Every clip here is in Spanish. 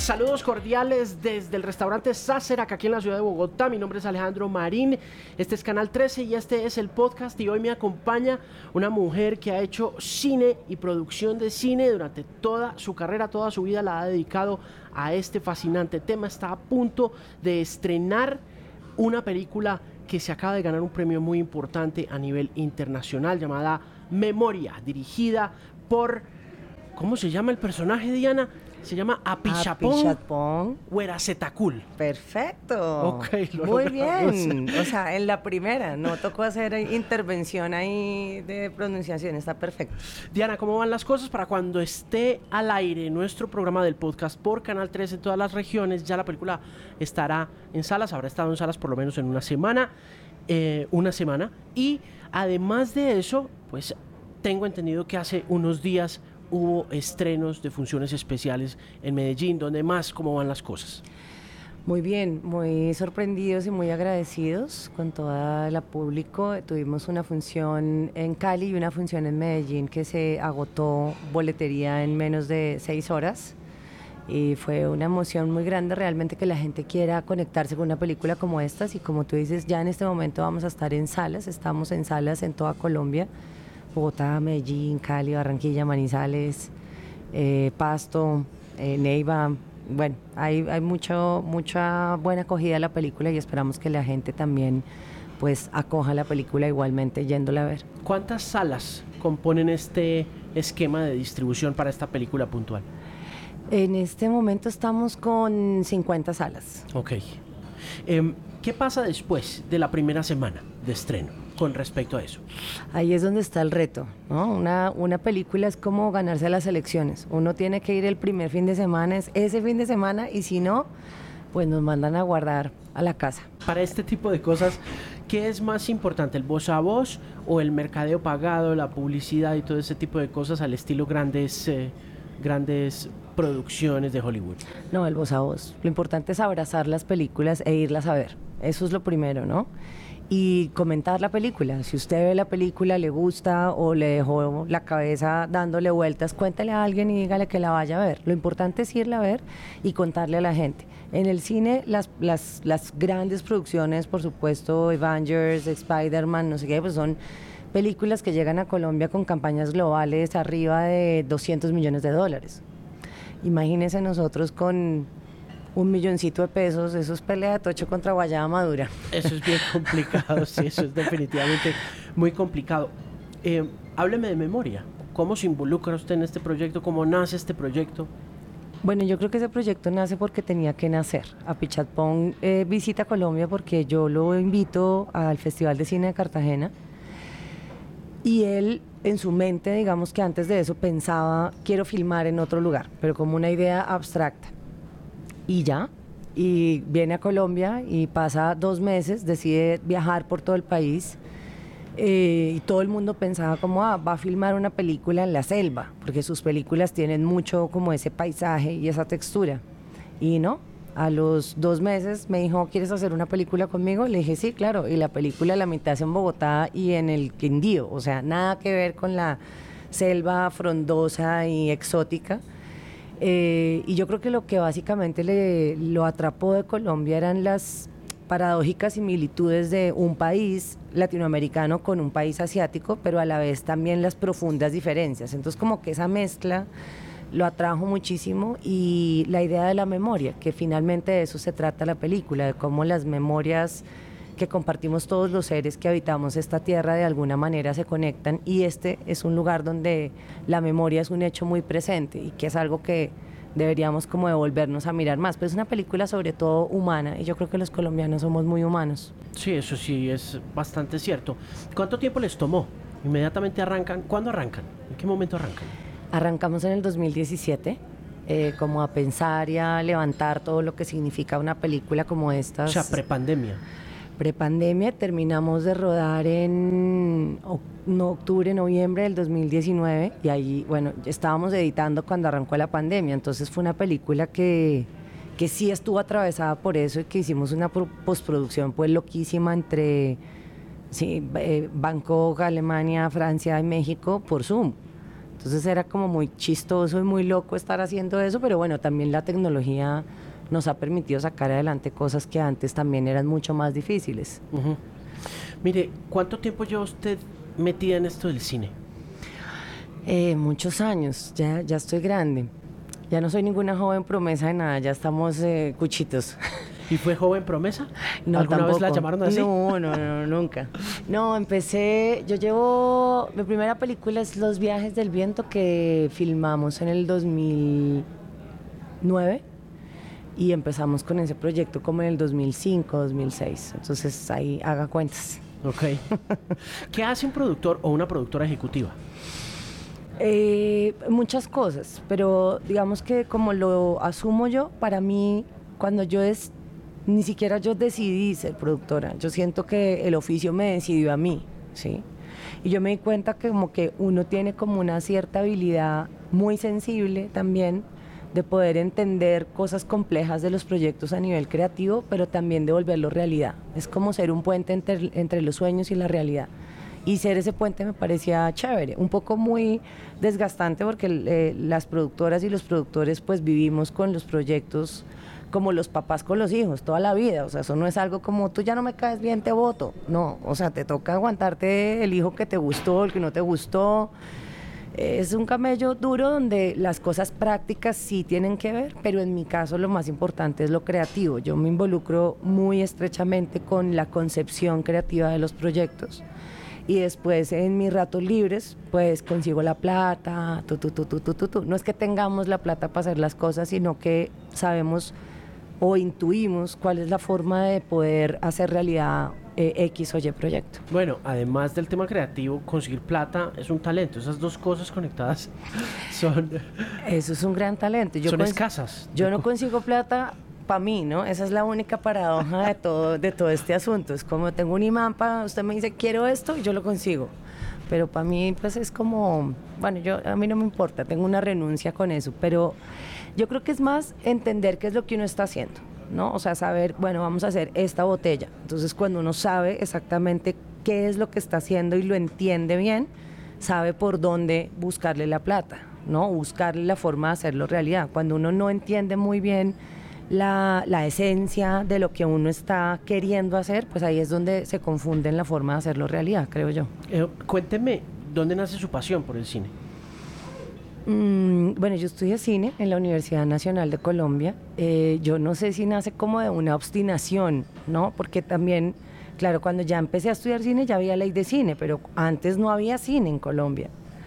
Saludos cordiales desde el restaurante Sacerac aquí en la ciudad de Bogotá. Mi nombre es Alejandro Marín, este es Canal 13 y este es el podcast, y hoy me acompaña una mujer que ha hecho cine y producción de cine durante toda su carrera, toda su vida la ha dedicado a este fascinante tema. Está a punto de estrenar una película que se acaba de ganar un premio muy importante a nivel internacional llamada Memoria, dirigida por... ¿Cómo se llama el personaje, Diana? Se llama Apichatpong Weerasethakul. Perfecto. Okay, muy bien. O sea, en la primera, no tocó hacer intervención ahí de pronunciación, está perfecto. Diana, ¿cómo van las cosas para cuando esté al aire nuestro programa del podcast por Canal 13 en todas las regiones? Ya la película estará en salas, habrá estado en salas por lo menos en una semana. Y además de eso, pues tengo entendido que hace unos días hubo estrenos de funciones especiales en Medellín. ¿Dónde más? ¿Cómo van las cosas? Muy bien, muy sorprendidos y muy agradecidos con toda la público. Tuvimos una función en Cali y una función en Medellín que se agotó boletería en menos de 6 horas. Y fue una emoción muy grande realmente que la gente quiera conectarse con una película como estas. Y como tú dices, ya en este momento vamos a estar en salas, estamos en salas en toda Colombia. Bogotá, Medellín, Cali, Barranquilla, Manizales, Pasto, Neiva. Bueno, hay mucha buena acogida a la película y esperamos que la gente también pues acoja la película igualmente yéndola a ver. ¿Cuántas salas componen este esquema de distribución para esta película puntual? En este momento estamos con 50 salas. Ok. ¿Qué pasa después de la primera semana de estreno con respecto a eso? Ahí es donde está el reto, ¿no? Una película es como ganarse las elecciones. Uno tiene que ir el primer fin de semana, es ese fin de semana, y si no, pues nos mandan a guardar a la casa. Para este tipo de cosas, ¿qué es más importante, el voz a voz o el mercadeo pagado, la publicidad y todo ese tipo de cosas al estilo grandes producciones de Hollywood? No, el voz a voz. Lo importante es abrazar las películas e irlas a ver. Eso es lo primero, ¿no? Y comentar la película. Si usted ve la película, le gusta o le dejó la cabeza dándole vueltas, cuéntale a alguien y dígale que la vaya a ver. Lo importante es irla a ver y contarle a la gente. En el cine, las grandes producciones, por supuesto, Avengers, Spider-Man, no sé qué, pues son películas que llegan a Colombia con campañas globales arriba de $200 millones. Imagínense nosotros con $1 milloncito de pesos, eso es pelea de tocho contra guayaba madura. Eso es bien complicado, sí, eso es definitivamente muy complicado. Hábleme de Memoria. ¿Cómo se involucra usted en este proyecto? ¿Cómo nace este proyecto? Bueno, yo creo que ese proyecto nace porque tenía que nacer. Apichatpong visita Colombia porque yo lo invito al Festival de Cine de Cartagena. Y él, en su mente, digamos que antes de eso pensaba, quiero filmar en otro lugar, pero como una idea abstracta. Y viene a Colombia y pasa 2 meses, decide viajar por todo el país, y todo el mundo pensaba como, va a filmar una película en la selva, porque sus películas tienen mucho como ese paisaje y esa textura. Y no, a los 2 meses me dijo, ¿quieres hacer una película conmigo? Le dije, sí, claro, y la película la mitad es en Bogotá y en el Quindío, o sea, nada que ver con la selva frondosa y exótica. Y yo creo que lo que básicamente lo atrapó de Colombia eran las paradójicas similitudes de un país latinoamericano con un país asiático, pero a la vez también las profundas diferencias. Entonces como que esa mezcla lo atrajo muchísimo, y la idea de la memoria, que finalmente de eso se trata la película, de cómo las memorias que compartimos todos los seres que habitamos esta tierra de alguna manera se conectan, y este es un lugar donde la memoria es un hecho muy presente y que es algo que deberíamos como devolvernos a mirar más. Pues es una película sobre todo humana, y yo creo que los colombianos somos muy humanos. Sí, eso sí es bastante cierto. ¿Cuánto tiempo les tomó? ¿Inmediatamente arrancan? ¿Cuándo arrancan? ¿En qué momento arrancan? Arrancamos en el 2017, como a pensar y a levantar todo lo que significa una película como esta. O sea, prepandemia. Prepandemia, terminamos de rodar en octubre, noviembre del 2019, y ahí, bueno, estábamos editando cuando arrancó la pandemia, entonces fue una película que sí estuvo atravesada por eso, y que hicimos una postproducción pues loquísima entre Bangkok, Alemania, Francia y México por Zoom. Entonces era como muy chistoso y muy loco estar haciendo eso, pero bueno, también la tecnología nos ha permitido sacar adelante cosas que antes también eran mucho más difíciles. Ujú. Mire, ¿cuánto tiempo lleva usted metida en esto del cine? Muchos años, ya estoy grande. Ya no soy ninguna joven promesa de nada, ya estamos cuchitos. ¿Y fue joven promesa? No, ¿Alguna tampoco. vez la llamaron así? No, nunca. No, mi primera película es Los viajes del viento, que filmamos en el 2009 y empezamos con ese proyecto como en el 2005, 2006. Entonces ahí haga cuentas. Ok. ¿Qué hace un productor o una productora ejecutiva? Muchas cosas, pero digamos que como lo asumo yo, para mí, ni siquiera yo decidí ser productora, yo siento que el oficio me decidió a mí, ¿sí? Y yo me di cuenta que como que uno tiene como una cierta habilidad muy sensible también de poder entender cosas complejas de los proyectos a nivel creativo, pero también de volverlo realidad. Es como ser un puente entre los sueños y la realidad. Y ser ese puente me parecía chévere, un poco muy desgastante porque las productoras y los productores pues vivimos con los proyectos como los papás con los hijos toda la vida, o sea, eso no es algo como tú ya no me caes bien, te voto, no, o sea, te toca aguantarte el hijo que te gustó, el que no te gustó. Es un camello duro donde las cosas prácticas sí tienen que ver, pero en mi caso lo más importante es lo creativo. Yo me involucro muy estrechamente con la concepción creativa de los proyectos. Y después en mis ratos libres pues consigo la plata, No es que tengamos la plata para hacer las cosas, sino que sabemos o intuimos cuál es la forma de poder hacer realidad X o Y proyecto. Bueno, además del tema creativo, conseguir plata es un talento. Esas dos cosas conectadas son... Eso es un gran talento. Son escasas. Yo no consigo plata para mí, ¿no? Esa es la única paradoja de todo este asunto. Es como tengo un imán usted me dice quiero esto y yo lo consigo. Pero para mí pues es como, bueno, a mí no me importa, tengo una renuncia con eso, pero yo creo que es más entender qué es lo que uno está haciendo, ¿no? O sea, saber, bueno, vamos a hacer esta botella. Entonces cuando uno sabe exactamente qué es lo que está haciendo y lo entiende bien, sabe por dónde buscarle la plata, ¿no? Buscarle la forma de hacerlo realidad. Cuando uno no entiende muy bien la esencia de lo que uno está queriendo hacer, pues ahí es donde se confunde en la forma de hacerlo realidad, creo yo. Cuénteme, ¿dónde nace su pasión por el cine? Bueno, yo estudié cine en la Universidad Nacional de Colombia. Yo no sé si nace como de una obstinación, ¿no? Porque también, claro, cuando ya empecé a estudiar cine ya había ley de cine, pero antes no había cine en Colombia.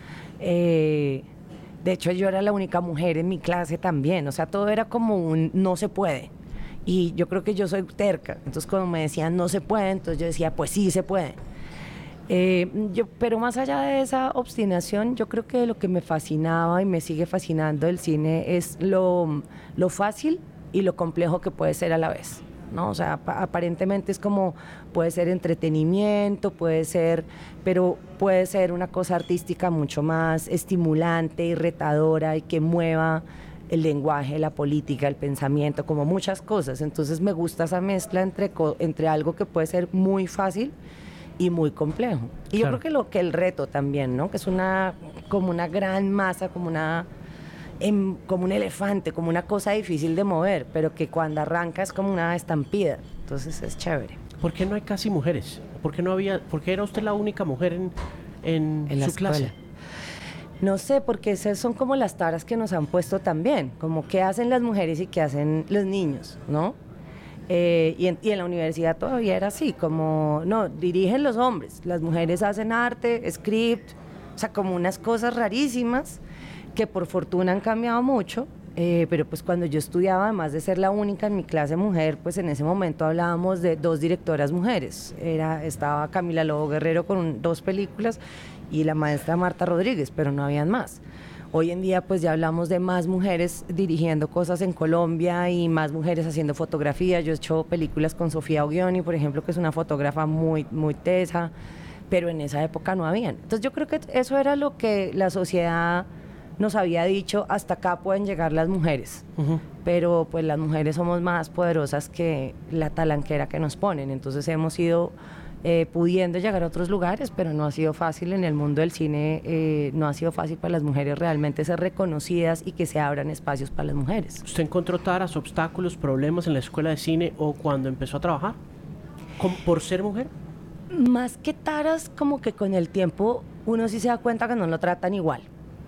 De hecho, yo era la única mujer en mi clase también, o sea, todo era como un no se puede. Y yo creo que yo soy terca, entonces cuando me decían no se puede, entonces yo decía, pues sí se puede. Pero más allá de esa obstinación, yo creo que lo que me fascinaba y me sigue fascinando del cine es lo fácil y lo complejo que puede ser a la vez, ¿no? O sea, aparentemente es como, puede ser entretenimiento, pero puede ser una cosa artística mucho más estimulante y retadora y que mueva el lenguaje, la política, el pensamiento, como muchas cosas. Entonces me gusta esa mezcla entre algo que puede ser muy fácil y muy complejo. Y claro, yo creo que el reto también, ¿no? Que es como una gran masa, como un elefante, como una cosa difícil de mover, pero que cuando arranca es como una estampida. Entonces es chévere. ¿Por qué no hay casi mujeres? ¿Por qué era usted la única mujer en su clase? No sé, porque esas son como las taras que nos han puesto también, como qué hacen las mujeres y qué hacen los niños, ¿no? Y en la universidad todavía era así, como, no, dirigen los hombres, las mujeres hacen arte, script, o sea, como unas cosas rarísimas que por fortuna han cambiado mucho, pero pues cuando yo estudiaba, además de ser la única en mi clase mujer, pues en ese momento hablábamos de 2 directoras mujeres, estaba Camila Lobo Guerrero con 2 películas y la maestra Marta Rodríguez, pero no habían más. Hoy en día pues ya hablamos de más mujeres dirigiendo cosas en Colombia y más mujeres haciendo fotografía. Yo he hecho películas con Sofía Oghioni, por ejemplo, que es una fotógrafa muy, muy tesa, pero en esa época no habían. Entonces yo creo que eso era lo que la sociedad nos había dicho, hasta acá pueden llegar las mujeres, pero pues las mujeres somos más poderosas que la talanquera que nos ponen, entonces hemos ido pudiendo llegar a otros lugares, pero no ha sido fácil en el mundo del cine, no ha sido fácil para las mujeres realmente ser reconocidas y que se abran espacios para las mujeres. ¿Usted encontró taras, obstáculos, problemas en la escuela de cine o cuando empezó a trabajar por ser mujer? Más que taras, como que con el tiempo uno sí se da cuenta que no lo tratan igual.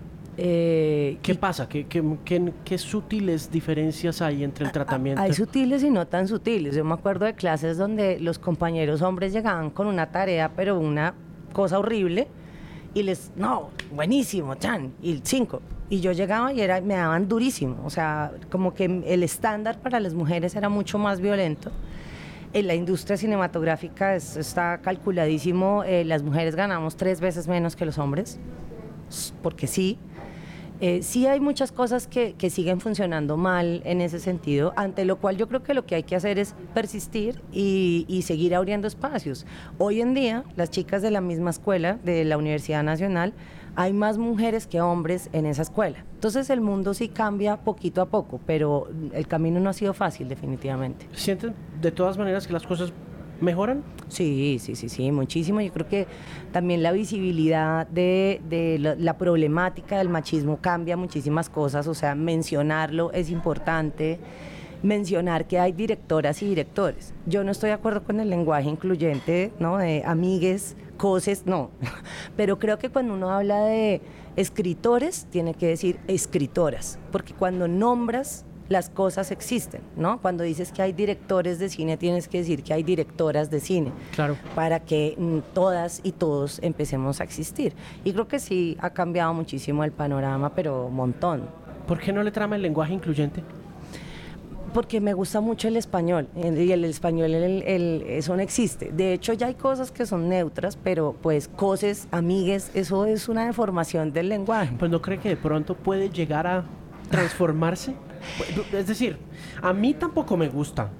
¿Qué pasa? ¿Qué sutiles diferencias hay entre el tratamiento? Hay sutiles y no tan sutiles. Yo me acuerdo de clases donde los compañeros hombres llegaban con una tarea, pero una cosa horrible, y no, buenísimo, chan, y 5. Y yo llegaba y me daban durísimo. O sea, como que el estándar para las mujeres era mucho más violento. En la industria cinematográfica está calculadísimo, las mujeres ganamos 3 veces menos que los hombres, porque sí. Sí hay muchas cosas que siguen funcionando mal en ese sentido, ante lo cual yo creo que lo que hay que hacer es persistir y seguir abriendo espacios. Hoy en día, las chicas de la misma escuela, de la Universidad Nacional, hay más mujeres que hombres en esa escuela. Entonces el mundo sí cambia poquito a poco, pero el camino no ha sido fácil, definitivamente. ¿Sienten de todas maneras que las cosas mejoran? Sí, muchísimo. Yo creo que también la visibilidad de la problemática del machismo cambia muchísimas cosas, o sea, mencionarlo es importante, mencionar que hay directoras y directores. Yo no estoy de acuerdo con el lenguaje incluyente, ¿no? De amigues, coses, no. Pero creo que cuando uno habla de escritores, tiene que decir escritoras, porque cuando nombras las cosas existen, ¿no? Cuando dices que hay directores de cine, tienes que decir que hay directoras de cine. Claro. Para que todas y todos empecemos a existir. Y creo que sí ha cambiado muchísimo el panorama, pero un montón. ¿Por qué no le trama el lenguaje incluyente? Porque me gusta mucho el español, y el español eso no existe. De hecho, ya hay cosas que son neutras, pero pues coses, amigues, eso es una deformación del lenguaje. Pues ¿no cree que de pronto puede llegar a transformarse? Es decir, a mí tampoco me gusta,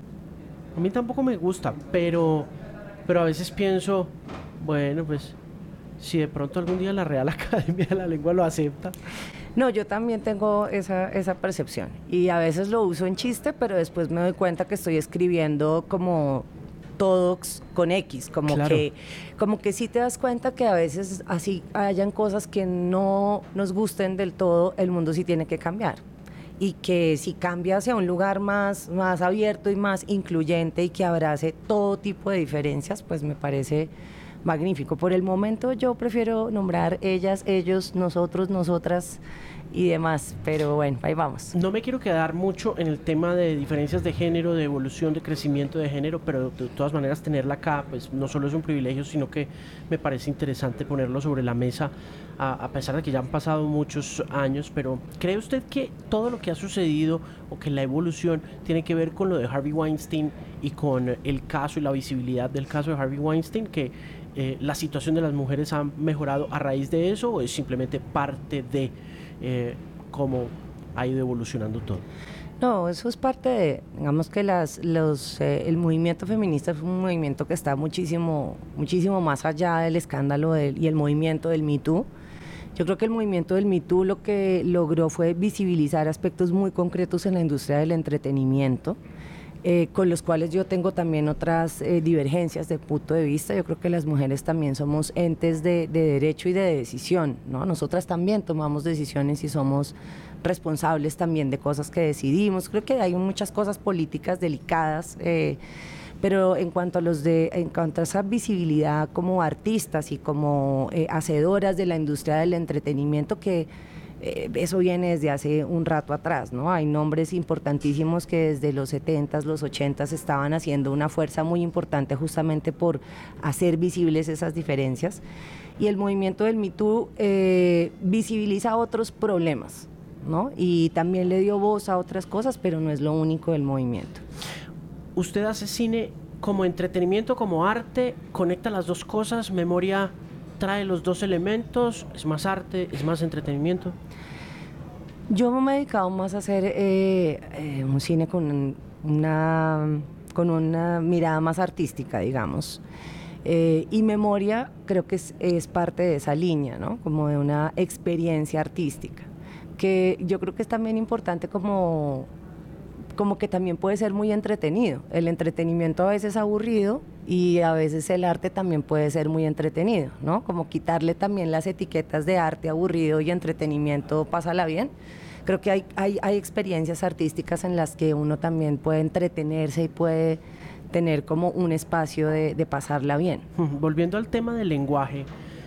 pero a veces pienso, bueno, pues si de pronto algún día la Real Academia de la Lengua lo acepta. No, yo también tengo esa percepción y a veces lo uso en chiste, pero después me doy cuenta que estoy escribiendo como todos con X, Claro. como que sí te das cuenta que a veces así hayan cosas que no nos gusten del todo, el mundo sí tiene que cambiar. Y que si cambia hacia un lugar más abierto y más incluyente y que abrace todo tipo de diferencias, pues me parece magnífico. Por el momento yo prefiero nombrar ellas, ellos, nosotros, nosotras y demás, pero bueno, ahí vamos. No me quiero quedar mucho en el tema de diferencias de género, de evolución, de crecimiento de género, pero de todas maneras tenerla acá, pues no solo es un privilegio, sino que me parece interesante ponerlo sobre la mesa, a pesar de que ya han pasado muchos años. Pero ¿cree usted que todo lo que ha sucedido o que la evolución tiene que ver con lo de Harvey Weinstein y con el caso y la visibilidad del caso de Harvey Weinstein, que la situación de las mujeres ha mejorado a raíz de eso, o es simplemente parte de cómo ha ido evolucionando todo? No, eso es parte de, digamos que el movimiento feminista es un movimiento que está muchísimo más allá del escándalo y el movimiento del Me Too. Yo creo que el movimiento del Me Too lo que logró fue visibilizar aspectos muy concretos en la industria del entretenimiento, con los cuales yo tengo también otras divergencias de punto de vista. Yo creo que las mujeres también somos entes de derecho y de decisión, ¿no? Nosotras también tomamos decisiones y somos responsables también de cosas que decidimos. Creo que hay muchas cosas políticas delicadas, pero en cuanto a esa visibilidad como artistas y como hacedoras de la industria del entretenimiento, que eso viene desde hace un rato atrás, ¿no? Hay nombres importantísimos que desde los 70s, los 80s estaban haciendo una fuerza muy importante justamente por hacer visibles esas diferencias. Y el movimiento del Me Too visibiliza otros problemas, ¿no? Y también le dio voz a otras cosas, pero no es lo único del movimiento. ¿Usted hace cine como entretenimiento, como arte? ¿Conecta las dos cosas? ¿Memoria trae los dos elementos? ¿Es más arte, es más entretenimiento? Yo me he dedicado más a hacer un cine con una mirada más artística, digamos. Y memoria creo que es parte de esa línea, ¿no? Como de una experiencia artística, que yo creo que es también importante como que también puede ser muy entretenido. El entretenimiento a veces es aburrido Y a veces el arte también puede ser muy entretenido, ¿no? Como quitarle también las etiquetas de arte aburrido y entretenimiento, pásala bien. Creo que hay experiencias artísticas en las que uno también puede entretenerse y puede tener como un espacio de pasarla bien. Volviendo al tema del lenguaje,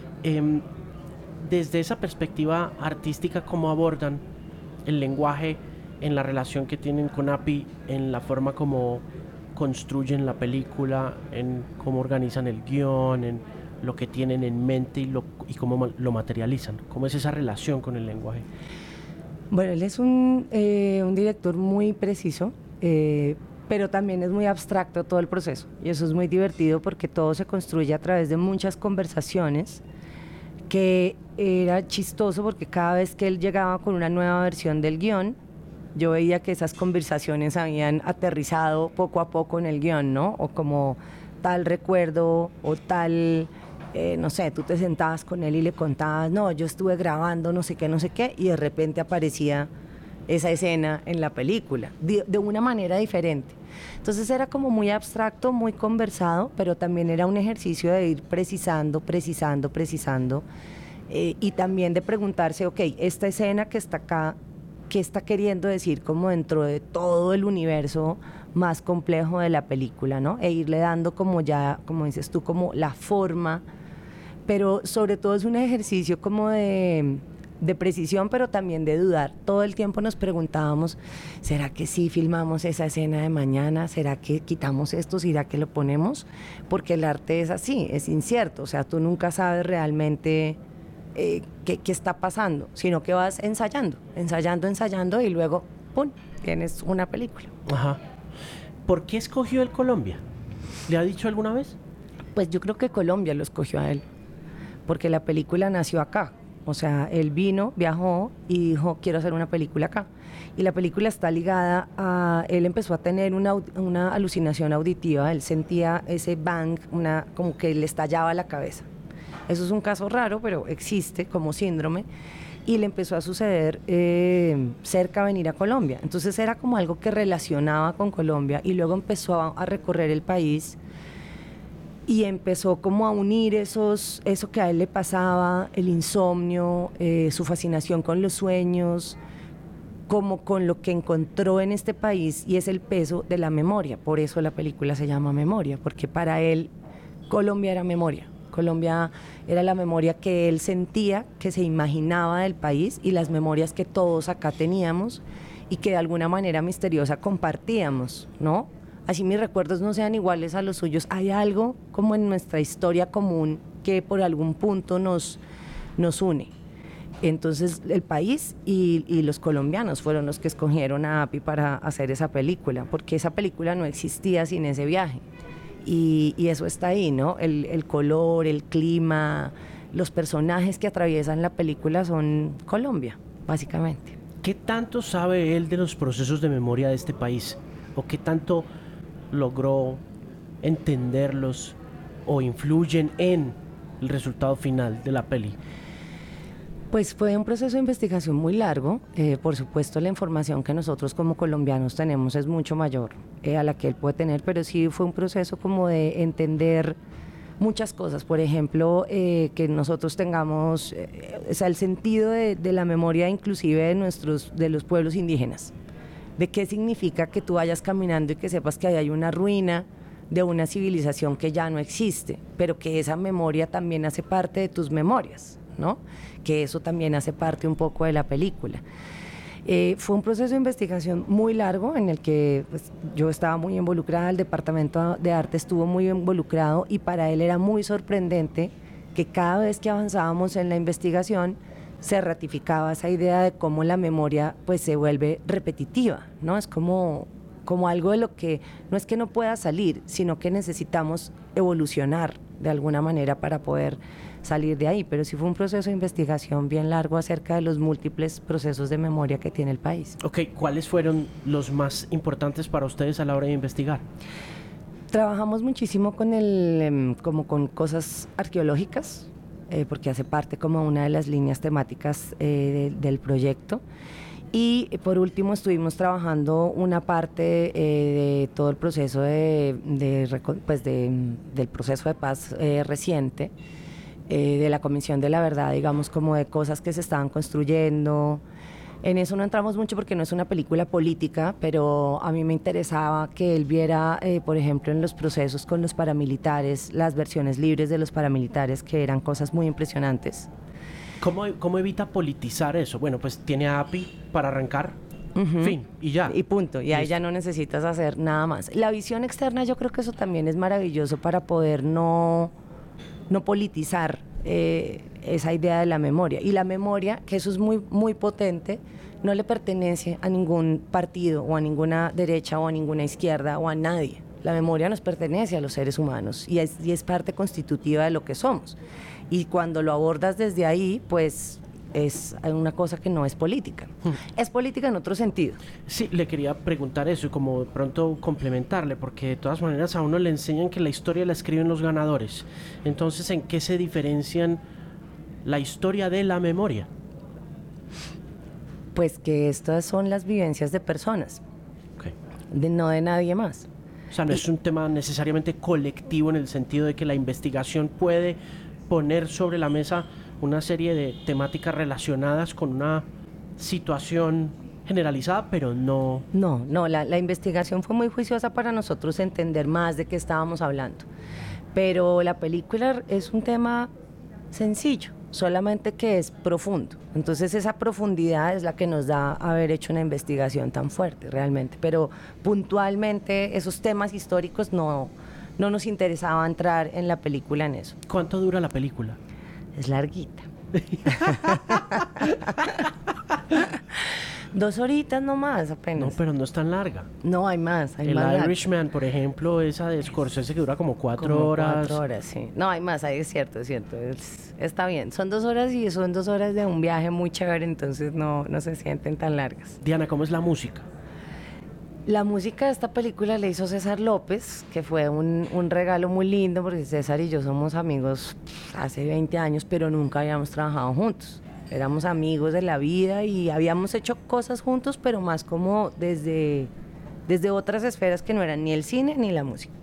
desde esa perspectiva artística, ¿cómo abordan el lenguaje en la relación que tienen con API, en la forma como construyen la película, en cómo organizan el guión, en lo que tienen en mente y cómo lo materializan? ¿Cómo es esa relación con el lenguaje? Bueno, él es un director muy preciso, pero también es muy abstracto todo el proceso. Y eso es muy divertido porque todo se construye a través de muchas conversaciones, que era chistoso porque cada vez que él llegaba con una nueva versión del guión, yo veía que esas conversaciones habían aterrizado poco a poco en el guión, ¿no? O como tal recuerdo o tal, no sé, tú te sentabas con él y le contabas, no, yo estuve grabando no sé qué, y de repente aparecía esa escena en la película, de una manera diferente. Entonces era como muy abstracto, muy conversado, pero también era un ejercicio de ir precisando, y también de preguntarse, ok, esta escena que está acá, ¿qué está queriendo decir como dentro de todo el universo más complejo de la película, ¿no? E irle dando como ya, como dices tú, como la forma, pero sobre todo es un ejercicio como de precisión, pero también de dudar. Todo el tiempo nos preguntábamos, ¿será que sí filmamos esa escena de mañana? ¿Será que quitamos esto? ¿Será que lo ponemos? Porque el arte es así, es incierto, o sea, tú nunca sabes realmente qué está pasando, sino que vas ensayando y luego, ¡pum!, tienes una película. Ajá. ¿Por qué escogió el Colombia? ¿Le ha dicho alguna vez? Pues yo creo que Colombia lo escogió a él, porque la película nació acá. O sea, él vino, viajó y dijo, quiero hacer una película acá. Y la película está ligada a... Él empezó a tener una alucinación auditiva, él sentía ese bang, como que le estallaba la cabeza. Eso es un caso raro, pero existe como síndrome. Y le empezó a suceder cerca a venir a Colombia. Entonces era como algo que relacionaba con Colombia y luego empezó a recorrer el país y empezó como a unir eso que a él le pasaba, el insomnio, su fascinación con los sueños, como con lo que encontró en este país, y es el peso de la memoria. Por eso la película se llama Memoria, porque para él Colombia era memoria. Colombia era la memoria que él sentía, que se imaginaba del país, y las memorias que todos acá teníamos y que de alguna manera misteriosa compartíamos, ¿no? Así mis recuerdos no sean iguales a los suyos, hay algo como en nuestra historia común que por algún punto nos une. Entonces el país y los colombianos fueron los que escogieron a API para hacer esa película, porque esa película no existía sin ese viaje. Y eso está ahí, ¿no? El color, el clima, los personajes que atraviesan la película son Colombia, básicamente. ¿Qué tanto sabe él de los procesos de memoria de este país? ¿O qué tanto logró entenderlos o influyen en el resultado final de la peli? Pues fue un proceso de investigación muy largo. Por supuesto, la información que nosotros como colombianos tenemos es mucho mayor a la que él puede tener, pero sí fue un proceso como de entender muchas cosas. Por ejemplo, que nosotros tengamos o sea, el sentido de la memoria inclusive de los pueblos indígenas. De qué significa que tú vayas caminando y que sepas que ahí hay una ruina de una civilización que ya no existe, pero que esa memoria también hace parte de tus memorias, ¿no? Que eso también hace parte un poco de la película. Fue un proceso de investigación muy largo en el que pues, yo estaba muy involucrada, el departamento de arte estuvo muy involucrado, y para él era muy sorprendente que cada vez que avanzábamos en la investigación se ratificaba esa idea de cómo la memoria pues se vuelve repetitiva, ¿no? Es como algo de lo que no es que no pueda salir, sino que necesitamos evolucionar de alguna manera para poder salir de ahí. Pero sí fue un proceso de investigación bien largo acerca de los múltiples procesos de memoria que tiene el país. Ok, ¿cuáles fueron los más importantes para ustedes a la hora de investigar? Trabajamos muchísimo con como con cosas arqueológicas, porque hace parte como una de las líneas temáticas del proyecto. Y por último estuvimos trabajando una parte de todo el proceso del proceso de paz reciente, de la Comisión de la Verdad, digamos, como de cosas que se estaban construyendo. En eso no entramos mucho porque no es una película política, pero a mí me interesaba que él viera, por ejemplo, en los procesos con los paramilitares, las versiones libres de los paramilitares, que eran cosas muy impresionantes. ¿Cómo evita politizar eso? Bueno, pues tiene a API para arrancar, fin, y ya. Y punto, y ahí Listo. ya no necesitas hacer nada más. La visión externa, yo creo que eso también es maravilloso para poder no politizar esa idea de la memoria. Y la memoria, que eso es muy, muy potente, no le pertenece a ningún partido o a ninguna derecha o a ninguna izquierda o a nadie. La memoria nos pertenece a los seres humanos y es parte constitutiva de lo que somos. Y cuando lo abordas desde ahí, pues es una cosa que no es política. Es política en otro sentido. Sí, le quería preguntar eso y como de pronto complementarle, porque de todas maneras a uno le enseñan que la historia la escriben los ganadores. Entonces, ¿en qué se diferencian la historia de la memoria? Pues que estas son las vivencias de personas, Okay. no de nadie más. O sea, no es un tema necesariamente colectivo en el sentido de que la investigación puede poner sobre la mesa una serie de temáticas relacionadas con una situación generalizada, pero no... No, la investigación fue muy juiciosa para nosotros entender más de qué estábamos hablando. Pero la película es un tema sencillo, solamente que es profundo. Entonces esa profundidad es la que nos da haber hecho una investigación tan fuerte realmente. Pero puntualmente esos temas históricos no nos interesaba entrar en la película en eso. ¿Cuánto dura la película? Es larguita. 2 horitas nomás apenas. No, pero no es tan larga. No, hay más. Hay El más Irishman, por ejemplo, esa de Scorsese que dura como 4 horas. 4 horas, sí. No, hay más, es cierto, es cierto. Está bien. Son 2 horas y son 2 horas de un viaje muy chévere, entonces no se sienten tan largas. Diana, ¿cómo es la música? La música de esta película la hizo César López, que fue un regalo muy lindo, porque César y yo somos amigos hace 20 años, pero nunca habíamos trabajado juntos. Éramos amigos de la vida y habíamos hecho cosas juntos, pero más como desde otras esferas que no eran ni el cine ni la música.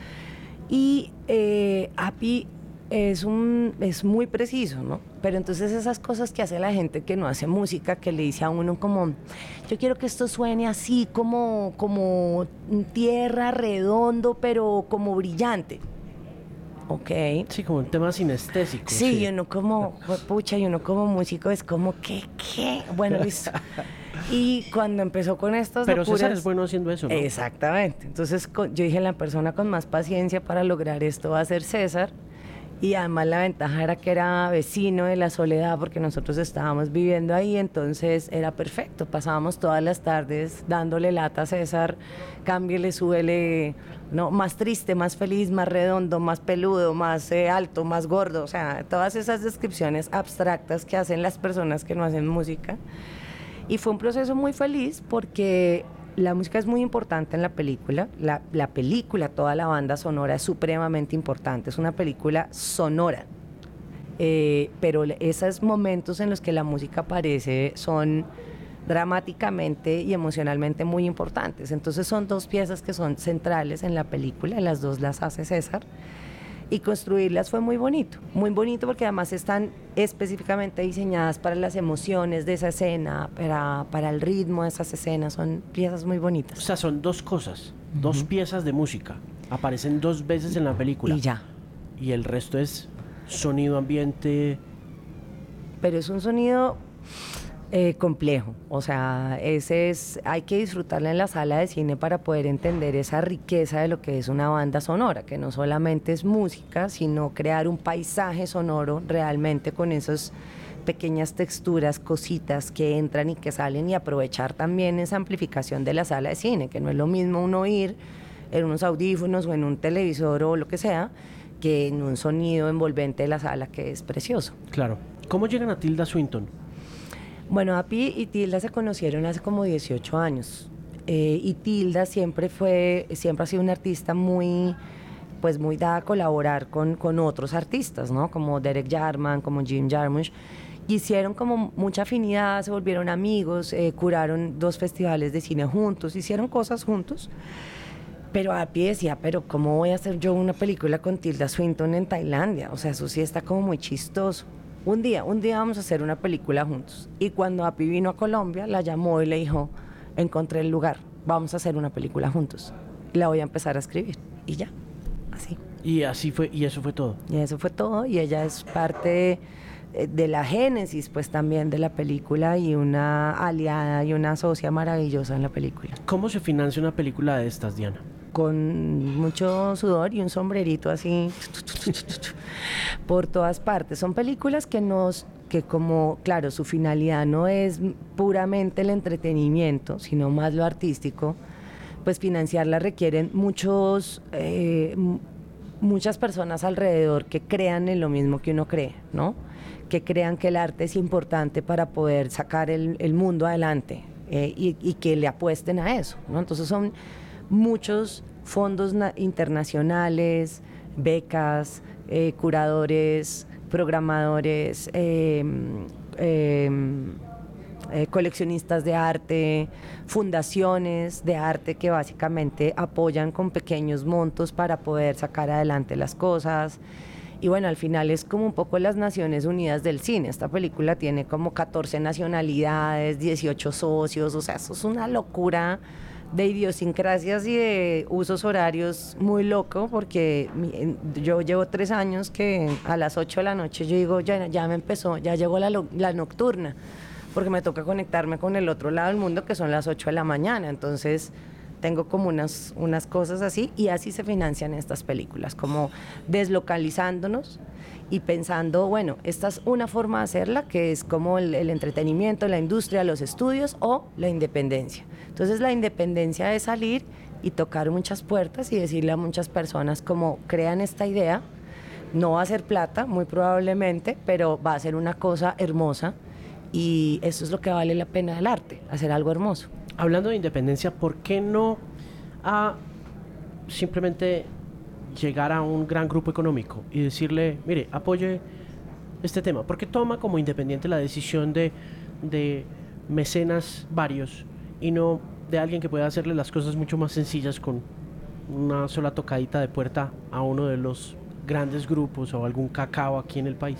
Y API es muy preciso, ¿no? Pero entonces esas cosas que hace la gente que no hace música, que le dice a uno como, yo quiero que esto suene así como tierra, redondo, pero como brillante. Ok. Sí, como un tema sinestésico. Sí, y uno como, pucha, y uno como músico es como, ¿qué? Bueno, listo. Y cuando empezó con estas Pero locuras, César es bueno haciendo eso, ¿no? Exactamente. Entonces yo dije, la persona con más paciencia para lograr esto va a ser César. Y además la ventaja era que era vecino de La Soledad, porque nosotros estábamos viviendo ahí, entonces era perfecto. Pasábamos todas las tardes dándole lata a César, cámbiale, súbele, no, más triste, más feliz, más redondo, más peludo, más alto, más gordo, o sea, todas esas descripciones abstractas que hacen las personas que no hacen música. Y fue un proceso muy feliz porque la música es muy importante en la película. La película, toda la banda sonora es supremamente importante. Es una película sonora. Pero esos momentos en los que la música aparece son dramáticamente y emocionalmente muy importantes. Entonces son 2 piezas que son centrales en la película. Las 2 las hace César. Y construirlas fue muy bonito porque además están específicamente diseñadas para las emociones de esa escena, para el ritmo de esas escenas, son piezas muy bonitas. O sea, son 2 cosas, 2 piezas de música, aparecen 2 veces en la película. Y ya. Y el resto es sonido ambiente. Pero es un sonido complejo, o sea, hay que disfrutarla en la sala de cine para poder entender esa riqueza de lo que es una banda sonora, que no solamente es música, sino crear un paisaje sonoro realmente con esas pequeñas texturas, cositas que entran y que salen, y aprovechar también esa amplificación de la sala de cine, que no es lo mismo uno oír en unos audífonos o en un televisor o lo que sea, que en un sonido envolvente de la sala, que es precioso. Claro. ¿Cómo llegan a Tilda Swinton? Bueno, Api y Tilda se conocieron hace como 18 años. Y Tilda siempre ha sido una artista muy dada a colaborar con otros artistas, ¿no? Como Derek Jarman, como Jim Jarmusch. hicieron como mucha afinidad, se volvieron amigos, curaron 2 festivales de cine juntos, hicieron cosas juntos. Pero Api decía, pero ¿cómo voy a hacer yo una película con Tilda Swinton en Tailandia? O sea, eso sí está como muy chistoso. Un día vamos a hacer una película juntos. Y cuando Api vino a Colombia, la llamó y le dijo, encontré el lugar, vamos a hacer una película juntos. Y la voy a empezar a escribir. Y ya, así. Y así fue, y eso fue todo. Y eso fue todo, y ella es parte de la génesis, pues también de la película, y una aliada y una socia maravillosa en la película. ¿Cómo se financia una película de estas, Diana? Con mucho sudor y un sombrerito así por todas partes. Son películas que como, claro, su finalidad no es puramente el entretenimiento, sino más lo artístico, pues financiarla requieren muchas personas alrededor que crean en lo mismo que uno cree, ¿no? Que crean que el arte es importante para poder sacar el mundo adelante, y que le apuesten a eso, ¿no? Entonces son muchos fondos internacionales, becas, curadores, programadores, coleccionistas de arte, fundaciones de arte que básicamente apoyan con pequeños montos para poder sacar adelante las cosas. Y bueno, al final es como un poco las Naciones Unidas del cine. Esta película tiene como 14 nacionalidades, 18 socios, o sea, eso es una locura de idiosincrasias y de usos horarios muy loco, porque yo llevo 3 años que a las 8 de la noche yo digo, ya me empezó, ya llegó la nocturna, porque me toca conectarme con el otro lado del mundo, que son las 8 de la mañana, entonces tengo como unas cosas así, y así se financian estas películas, como deslocalizándonos y pensando, bueno, esta es una forma de hacerla, que es como el entretenimiento, la industria, los estudios, o la independencia. Entonces la independencia es salir y tocar muchas puertas y decirle a muchas personas como, crean esta idea, no va a ser plata, muy probablemente, pero va a ser una cosa hermosa, y eso es lo que vale la pena del arte, hacer algo hermoso. Hablando de independencia, ¿por qué no simplemente llegar a un gran grupo económico y decirle, mire, apoye este tema? ¿Por qué toma como independiente la decisión de mecenas varios y no de alguien que pueda hacerle las cosas mucho más sencillas con una sola tocadita de puerta a uno de los grandes grupos o algún cacao aquí en el país?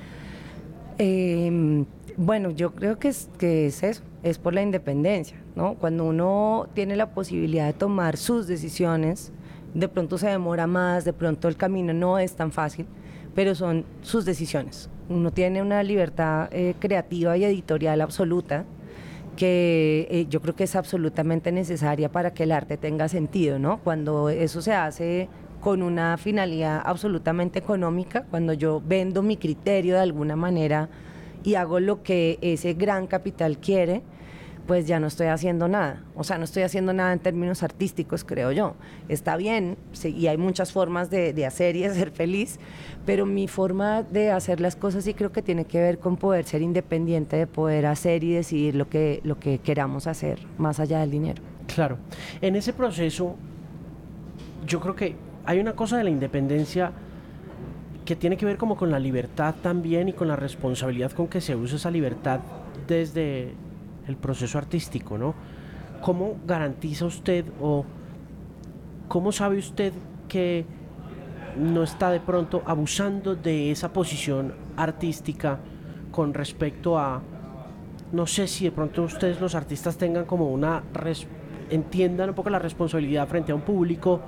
Bueno, yo creo que es eso, es por la independencia, ¿no? Cuando uno tiene la posibilidad de tomar sus decisiones, de pronto se demora más, de pronto el camino no es tan fácil, pero son sus decisiones. Uno tiene una libertad creativa y editorial absoluta, que yo creo que es absolutamente necesaria para que el arte tenga sentido, ¿no? Cuando eso se hace con una finalidad absolutamente económica, cuando yo vendo mi criterio de alguna manera y hago lo que ese gran capital quiere, pues ya no estoy haciendo nada. O sea, no estoy haciendo nada en términos artísticos, creo yo. Está bien, sí, y hay muchas formas de hacer y de ser feliz, pero mi forma de hacer las cosas sí creo que tiene que ver con poder ser independiente, de poder hacer y decidir lo que queramos hacer, más allá del dinero. Claro. En ese proceso, yo creo que hay una cosa de la independencia que tiene que ver como con la libertad también y con la responsabilidad con que se usa esa libertad desde el proceso artístico, ¿no? ¿Cómo garantiza usted o cómo sabe usted que no está de pronto abusando de esa posición artística con respecto a, no sé si de pronto ustedes los artistas tengan como entiendan un poco la responsabilidad frente a un público,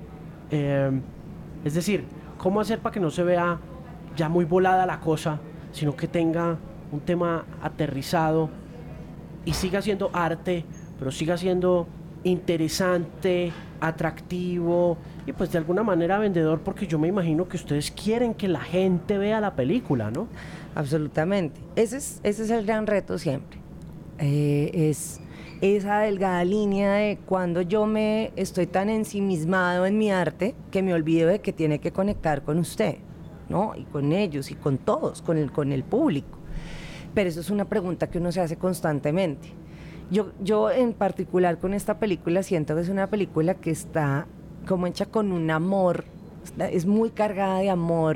es decir, cómo hacer para que no se vea ya muy volada la cosa, sino que tenga un tema aterrizado y siga siendo arte, pero siga siendo interesante, atractivo y pues de alguna manera vendedor, porque yo me imagino que ustedes quieren que la gente vea la película, ¿no? Absolutamente. Ese es el gran reto siempre. Es esa delgada línea de cuando yo me estoy tan ensimismado en mi arte que me olvido de que tiene que conectar con usted, ¿no? Y con ellos y con todos, con el público. Pero eso es una pregunta que uno se hace constantemente. Yo en particular con esta película siento que es una película que está como hecha con un amor, es muy cargada de amor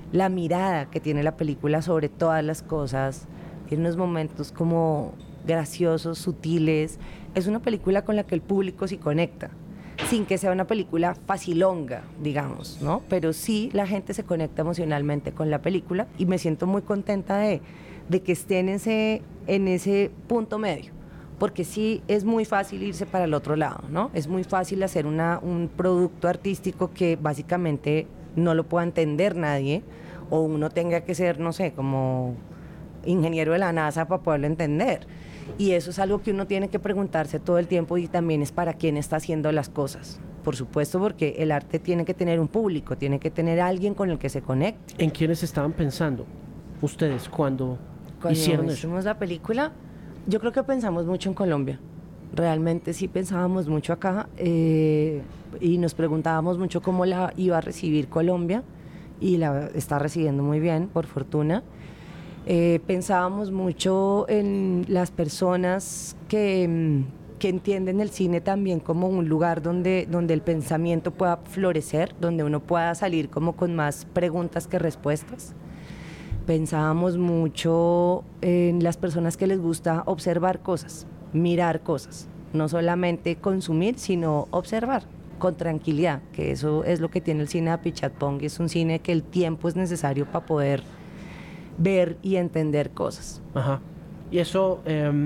la mirada que tiene la película sobre todas las cosas. Tiene unos momentos como graciosos, sutiles. Es una película con la que el público sí conecta, sin que sea una película facilonga, digamos, ¿no? Pero sí la gente se conecta emocionalmente con la película y me siento muy contenta de que esté en ese punto medio, porque sí es muy fácil irse para el otro lado, ¿no? Es muy fácil hacer un producto artístico que básicamente no lo pueda entender nadie, o uno tenga que ser, no sé, como ingeniero de la NASA para poderlo entender. Y eso es algo que uno tiene que preguntarse todo el tiempo, y también es para quién está haciendo las cosas. Por supuesto, porque el arte tiene que tener un público, tiene que tener alguien con el que se conecte. ¿En quiénes estaban pensando ustedes cuando hicieron eso? Hicimos la película, yo creo que pensamos mucho en Colombia. Realmente sí pensábamos mucho acá, y nos preguntábamos mucho cómo la iba a recibir Colombia, y la está recibiendo muy bien, por fortuna. Pensábamos mucho en las personas que entienden el cine también como un lugar donde el pensamiento pueda florecer, donde uno pueda salir como con más preguntas que respuestas. Pensábamos mucho en las personas que les gusta observar cosas, mirar cosas, no solamente consumir, sino observar con tranquilidad, que eso es lo que tiene el cine de Apichatpong. Es un cine que el tiempo es necesario para poder ver y entender cosas. Ajá. ¿Y eso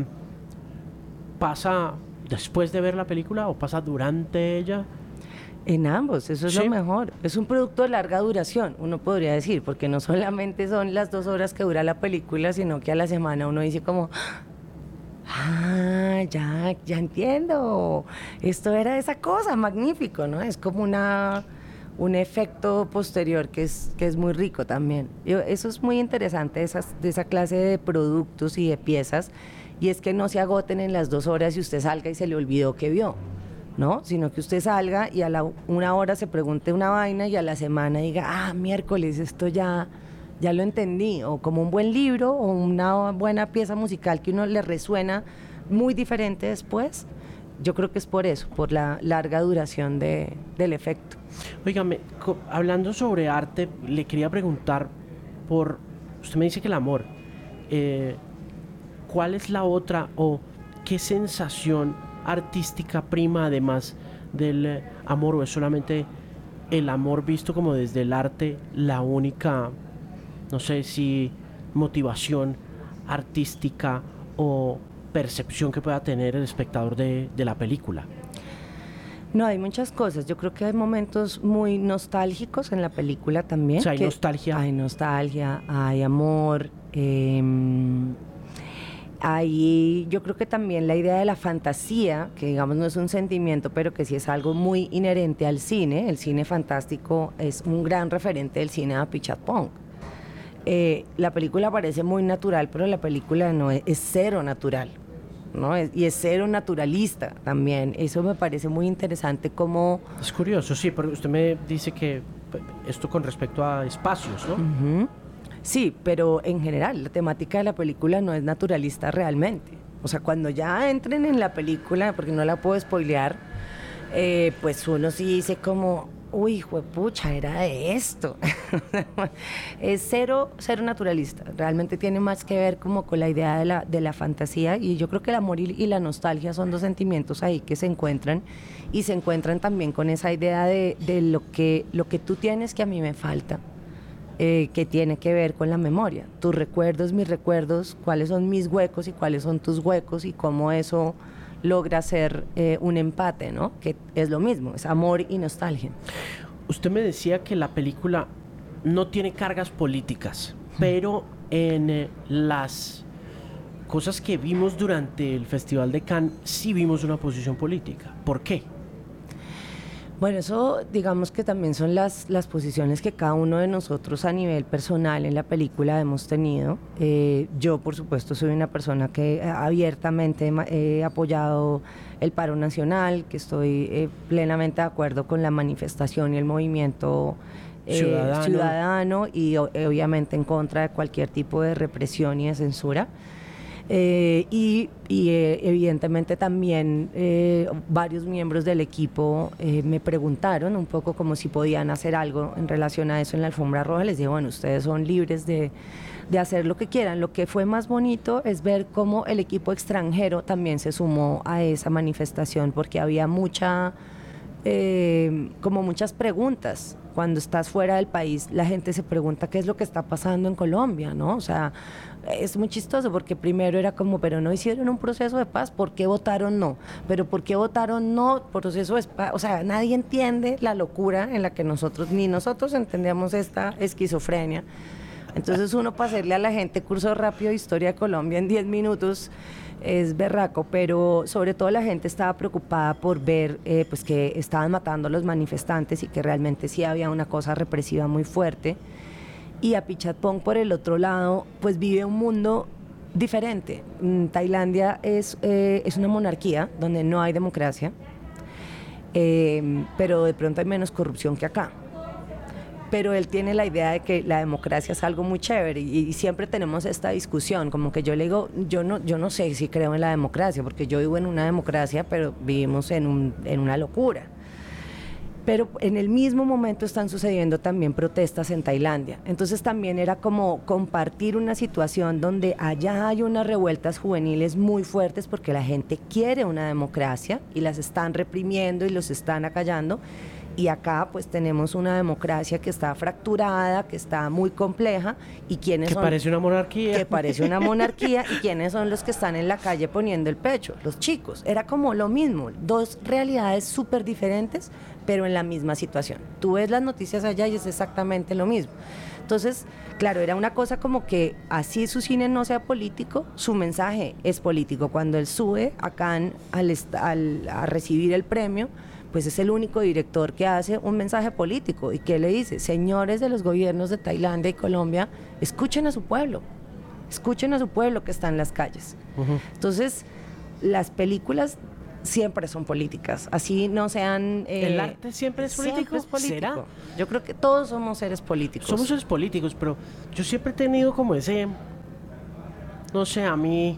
pasa después de ver la película o pasa durante ella? En ambos, eso es Sí. lo mejor. Es un producto de larga duración, uno podría decir, porque no solamente son las 2 horas que dura la película, sino que a la semana uno dice como, ya entiendo, esto era esa cosa, magnífico, ¿no? Es como un efecto posterior que es muy rico también. Eso es muy interesante de esa clase de productos y de piezas, y es que no se agoten en las 2 horas y usted salga y se le olvidó que vio, ¿no? Sino que usted salga y a la 1 hora se pregunte una vaina, y a la semana diga, miércoles, esto ya lo entendí, o como un buen libro o una buena pieza musical que uno le resuena muy diferente después. Yo creo que es por eso, por la larga duración del efecto. Óigame, hablando sobre arte, le quería preguntar usted me dice que el amor, ¿cuál es la otra o qué sensación artística prima además del amor, o es solamente el amor visto como desde el arte la única, no sé si motivación artística o percepción que pueda tener el espectador de la película? No, hay muchas cosas. Yo creo que hay momentos muy nostálgicos en la película también. O sea, hay nostalgia. Hay nostalgia, hay amor. Yo creo que también la idea de la fantasía, que digamos no es un sentimiento, pero que sí es algo muy inherente al cine. El cine fantástico es un gran referente del cine de Apichatpong. La película parece muy natural, pero la película no es cero natural, ¿no? Y es cero naturalista también. Eso me parece muy interesante como... Es curioso, sí, porque usted me dice que esto con respecto a espacios, ¿no? Uh-huh. Sí, pero en general la temática de la película no es naturalista realmente. O sea, cuando ya entren en la película, porque no la puedo spoilear, pues uno sí dice como, uy, juepucha, era de esto. Es cero naturalista. Realmente tiene más que ver como con la idea de la fantasía, y yo creo que el amor y la nostalgia son 2 sentimientos ahí que se encuentran, y se encuentran también con esa idea de lo que tú tienes que a mí me falta. Que tiene que ver con la memoria, tus recuerdos, mis recuerdos, cuáles son mis huecos y cuáles son tus huecos, y cómo eso logra ser un empate, ¿no? Que es lo mismo, es amor y nostalgia. Usted me decía que la película no tiene cargas políticas, pero en las cosas que vimos durante el Festival de Cannes sí vimos una posición política. ¿Por qué? Bueno, eso digamos que también son las posiciones que cada uno de nosotros a nivel personal en la película hemos tenido. Yo, por supuesto, soy una persona que abiertamente he apoyado el paro nacional, que estoy plenamente de acuerdo con la manifestación y el movimiento ciudadano, y obviamente en contra de cualquier tipo de represión y de censura. Evidentemente también varios miembros del equipo me preguntaron un poco como si podían hacer algo en relación a eso en la alfombra roja. Les dije, bueno, ustedes son libres de hacer lo que quieran. Lo que fue más bonito es ver cómo el equipo extranjero también se sumó a esa manifestación, porque había como muchas preguntas. Cuando estás fuera del país, la gente se pregunta qué es lo que está pasando en Colombia, ¿no? O sea, es muy chistoso porque primero era como, pero no hicieron un proceso de paz, ¿por qué votaron no? Pero ¿por qué votaron no? Proceso de paz, o sea, nadie entiende la locura en la que ni nosotros entendíamos esta esquizofrenia. Entonces uno para hacerle a la gente curso rápido de historia de Colombia en 10 minutos es berraco, pero sobre todo la gente estaba preocupada por ver pues que estaban matando a los manifestantes y que realmente sí había una cosa represiva muy fuerte. Y Apichatpong, por el otro lado, pues vive un mundo diferente. Tailandia es una monarquía donde no hay democracia, pero de pronto hay menos corrupción que acá. Pero él tiene la idea de que la democracia es algo muy chévere y siempre tenemos esta discusión, como que yo le digo, yo no sé si creo en la democracia, porque yo vivo en una democracia, pero vivimos en una locura. Pero en el mismo momento están sucediendo también protestas en Tailandia. Entonces también era como compartir una situación donde allá hay unas revueltas juveniles muy fuertes porque la gente quiere una democracia y las están reprimiendo y los están acallando. Y acá pues tenemos una democracia que está fracturada, que está muy compleja y quiénes son... Que parece una monarquía. Que parece una monarquía y quiénes son los que están en la calle poniendo el pecho, los chicos. Era como lo mismo, dos realidades súper diferentes, pero en la misma situación. Tú ves las noticias allá y es exactamente lo mismo. Entonces, claro, era una cosa como que así su cine no sea político, su mensaje es político. Cuando él sube a Cannes a recibir el premio, pues es el único director que hace un mensaje político. ¿Y qué le dice? Señores de los gobiernos de Tailandia y Colombia, escuchen a su pueblo que está en las calles. Entonces, las películas siempre son políticas, así no sean... ¿El arte siempre es político? Siempre es político. ¿Será? Yo creo que todos somos seres políticos. Somos seres políticos, pero yo siempre he tenido como ese... No sé, a mí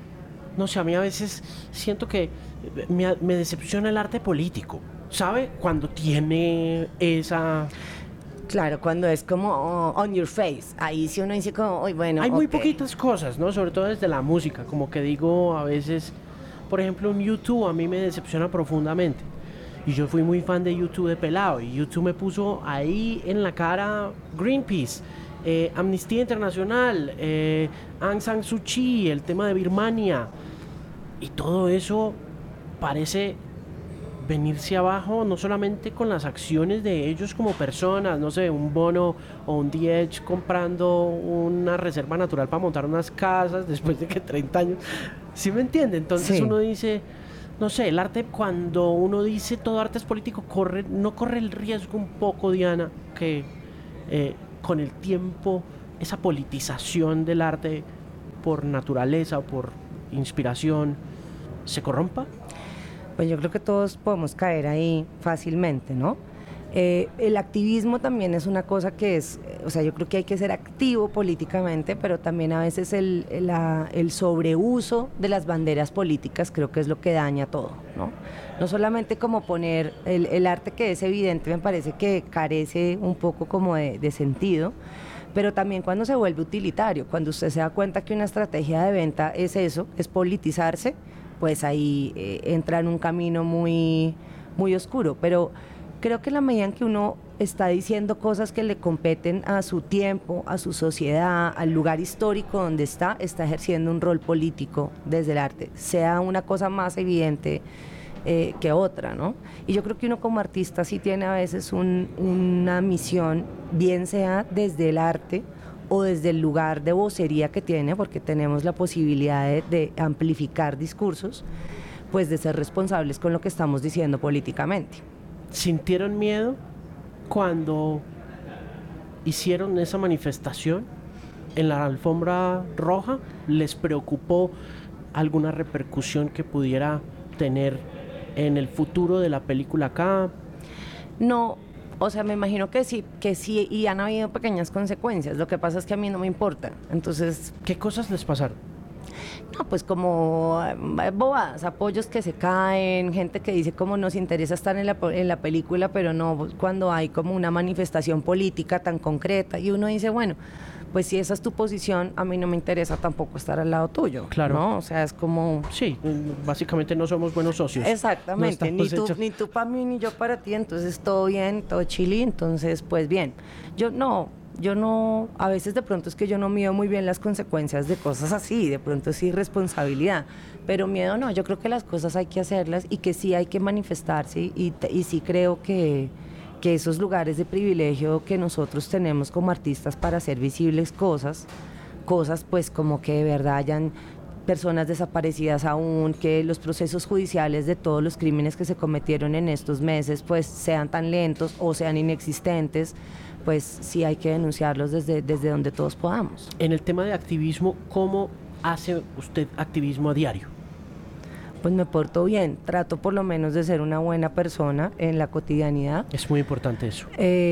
a veces siento que me decepciona el arte político, ¿sabe? Cuando tiene esa... Claro, cuando es como on your face, ahí sí uno dice como, uy, bueno, hay muy poquitas cosas, ¿no? Sobre todo desde la música, como que digo a veces, por ejemplo, en YouTube a mí me decepciona profundamente. Y yo fui muy fan de YouTube de pelado, y YouTube me puso ahí en la cara Greenpeace, Amnistía Internacional, Aung San Suu Kyi, el tema de Birmania, y todo eso parece venirse abajo, no solamente con las acciones de ellos como personas, no sé, un Bono o un Diech comprando una reserva natural para montar unas casas después de que 30 años, ¿sí me entiende? Entonces uno dice, no sé, el arte, cuando uno dice todo arte es político, no corre el riesgo un poco, Diana, que con el tiempo esa politización del arte por naturaleza o por inspiración se corrompa? Pues yo creo que todos podemos caer ahí fácilmente, ¿no? El activismo también es una cosa que es, o sea, yo creo que hay que ser activo políticamente, pero también a veces el sobreuso de las banderas políticas creo que es lo que daña todo, ¿no? No solamente como poner el arte, que es evidente, me parece que carece un poco como de sentido, pero también cuando se vuelve utilitario, cuando usted se da cuenta que una estrategia de venta es eso, es politizarse, pues ahí entra en un camino muy, muy oscuro. Pero creo que en la medida en que uno está diciendo cosas que le competen a su tiempo, a su sociedad, al lugar histórico donde está ejerciendo un rol político desde el arte, sea una cosa más evidente que otra, ¿no? Y yo creo que uno como artista sí tiene a veces una misión, bien sea desde el arte o desde el lugar de vocería que tiene, porque tenemos la posibilidad de amplificar discursos, pues de ser responsables con lo que estamos diciendo políticamente. ¿Sintieron miedo cuando hicieron esa manifestación en la alfombra roja? ¿Les preocupó alguna repercusión que pudiera tener en el futuro de la película acá? No, o sea, me imagino que sí, y han habido pequeñas consecuencias. Lo que pasa es que a mí no me importa. Entonces, ¿qué cosas les pasaron? No, pues como bobadas, apoyos que se caen, gente que dice como nos interesa estar en la película, pero no cuando hay como una manifestación política tan concreta y uno dice, bueno, pues si esa es tu posición, a mí no me interesa tampoco estar al lado tuyo, claro, ¿no? O sea, es como... Sí, básicamente no somos buenos socios. Exactamente, no ni tú para mí, ni yo para ti, entonces todo bien, todo chili, entonces pues bien. Yo no, a veces de pronto es que yo no mido muy bien las consecuencias de cosas así, de pronto es irresponsabilidad, pero miedo no, yo creo que las cosas hay que hacerlas y que sí hay que manifestarse y sí creo que esos lugares de privilegio que nosotros tenemos como artistas para hacer visibles cosas pues como que de verdad hayan personas desaparecidas aún, que los procesos judiciales de todos los crímenes que se cometieron en estos meses pues sean tan lentos o sean inexistentes, pues sí hay que denunciarlos desde donde todos podamos. En el tema de activismo, ¿cómo hace usted activismo a diario? Pues me porto bien, trato por lo menos de ser una buena persona en la cotidianidad. Es muy importante eso.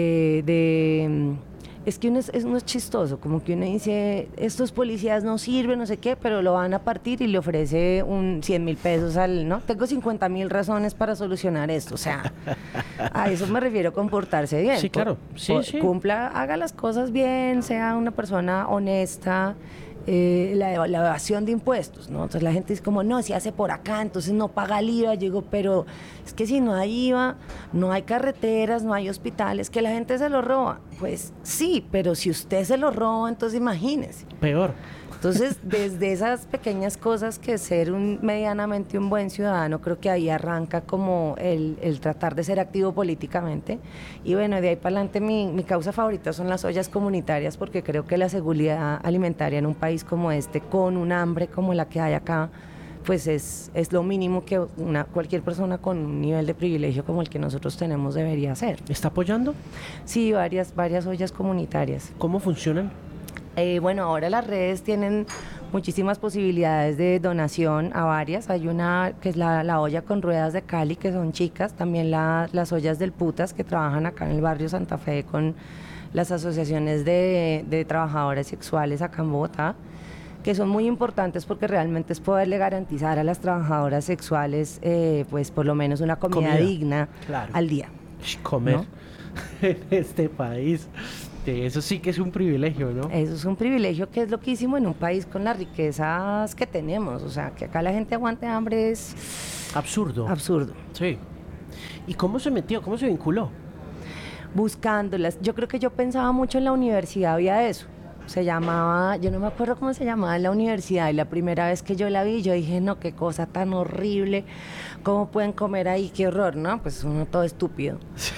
Es que uno es chistoso, como que uno dice, estos policías no sirven, no sé qué, pero lo van a partir y le ofrece 100,000 pesos ¿no? Tengo 50,000 razones para solucionar esto, o sea, a eso me refiero, comportarse bien. Sí, claro, sí. Cumpla, haga las cosas bien, sea una persona honesta. La evasión de impuestos, ¿no? Entonces la gente dice como, no, si hace por acá, entonces no paga el IVA. Yo digo, pero es que si no hay IVA, no hay carreteras, no hay hospitales, que la gente se lo roba. Pues sí, pero si usted se lo roba, entonces imagínese. Peor. Entonces, desde esas pequeñas cosas que ser medianamente un buen ciudadano, creo que ahí arranca como el tratar de ser activo políticamente. Y bueno, de ahí para adelante mi causa favorita son las ollas comunitarias, porque creo que la seguridad alimentaria en un país como este, con un hambre como la que hay acá, pues es lo mínimo que cualquier persona con un nivel de privilegio como el que nosotros tenemos debería hacer. ¿Está apoyando? Sí, varias ollas comunitarias. ¿Cómo funcionan? Bueno, ahora las redes tienen muchísimas posibilidades de donación a varias. Hay una que es la olla con ruedas de Cali, que son chicas. También las ollas del Putas, que trabajan acá en el barrio Santa Fe con las asociaciones de trabajadoras sexuales acá en Bogotá, que son muy importantes porque realmente es poderle garantizar a las trabajadoras sexuales pues por lo menos una comida digna, claro, al día. Comer, ¿no? En este país. Eso sí que es un privilegio, ¿no? Eso es un privilegio que es loquísimo en un país con las riquezas que tenemos. O sea, que acá la gente aguante hambre es... absurdo. Absurdo. Sí. ¿Y cómo se metió? ¿Cómo se vinculó? Buscándolas. Yo creo que yo pensaba mucho en la universidad, había eso. Se llamaba, yo no me acuerdo cómo se llamaba en la universidad, y la primera vez que yo la vi, yo dije, no, qué cosa tan horrible, ¿cómo pueden comer ahí? Qué horror, ¿no? Pues uno todo estúpido.